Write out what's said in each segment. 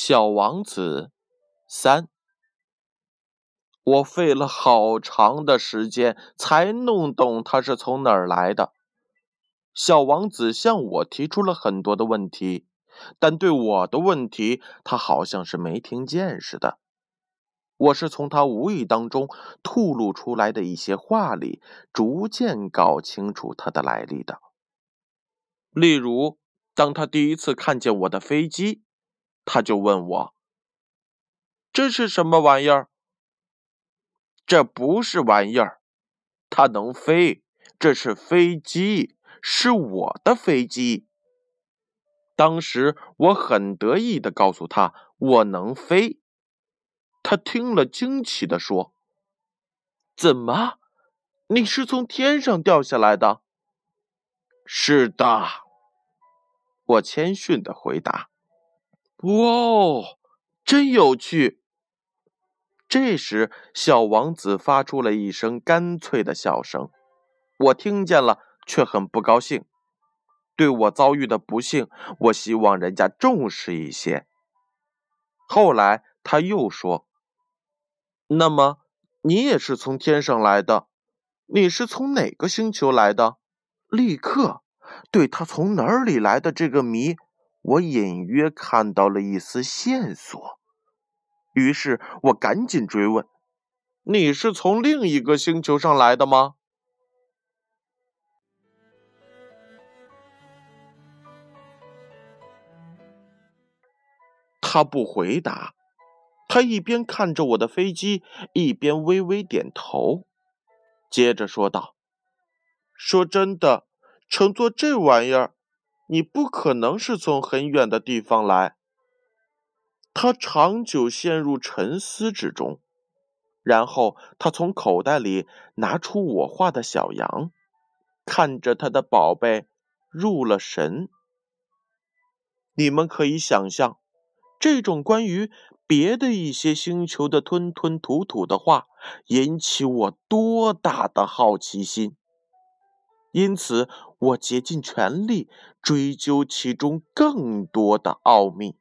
小王子3，我费了好长的时间才弄懂他是从哪儿来的。小王子向我提出了很多的问题，但对我的问题他好像是没听见似的。我是从他无意当中吐露出来的一些话里逐渐搞清楚他的来历的。例如，当他第一次看见我的飞机，他就问我：这是什么玩意儿？这不是玩意儿，它能飞，这是飞机，是我的飞机。当时我很得意地告诉他我能飞。他听了惊奇地说：怎么？你是从天上掉下来的？是的，我谦逊地回答。哇哦，真有趣。这时，小王子发出了一声干脆的笑声，我听见了，却很不高兴。对我遭遇的不幸，我希望人家重视一些。后来他又说：那么，你也是从天上来的？你是从哪个星球来的？立刻，对他从哪里来的这个谜，我隐约看到了一丝线索。于是我赶紧追问：你是从另一个星球上来的吗？他不回答，他一边看着我的飞机，一边微微点头，接着说道：说真的，乘坐这玩意儿，你不可能是从很远的地方来。他长久陷入沉思之中，然后他从口袋里拿出我画的小羊，看着他的宝贝入了神。你们可以想象，这种关于别的一些星球的吞吞吐吐的话，引起我多大的好奇心。因此，我竭尽全力追究其中更多的奥秘。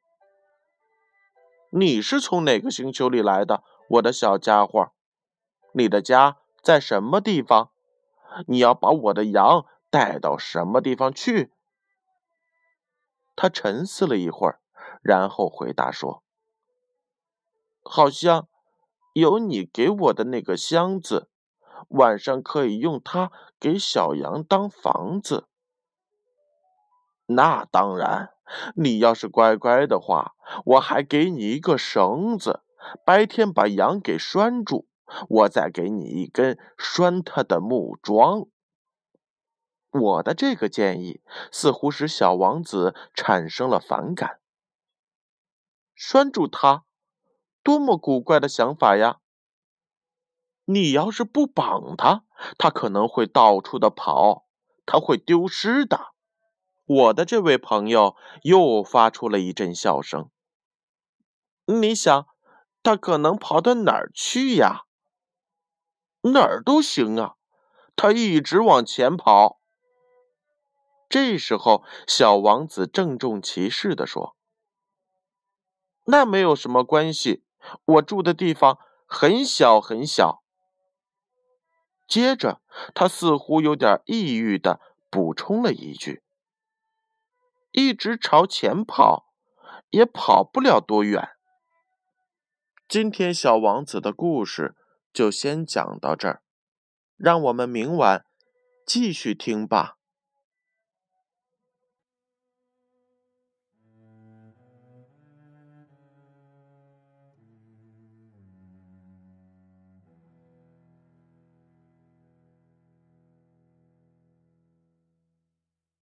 你是从哪个星球里来的，我的小家伙？你的家在什么地方？你要把我的羊带到什么地方去？他沉思了一会儿，然后回答说：好像有你给我的那个箱子，晚上可以用它给小羊当房子。那当然，你要是乖乖的话，我还给你一个绳子，白天把羊给拴住，我再给你一根拴它的木桩。我的这个建议似乎使小王子产生了反感。拴住它，多么古怪的想法呀！你要是不绑它，它可能会到处的跑，它会丢失的。我的这位朋友又发出了一阵笑声。你想，他可能跑到哪儿去呀？哪儿都行啊，他一直往前跑。这时候，小王子郑重其事地说：那没有什么关系，我住的地方很小很小。接着，他似乎有点抑郁地补充了一句：一直朝前跑，也跑不了多远。今天小王子的故事就先讲到这儿，让我们明晚继续听吧。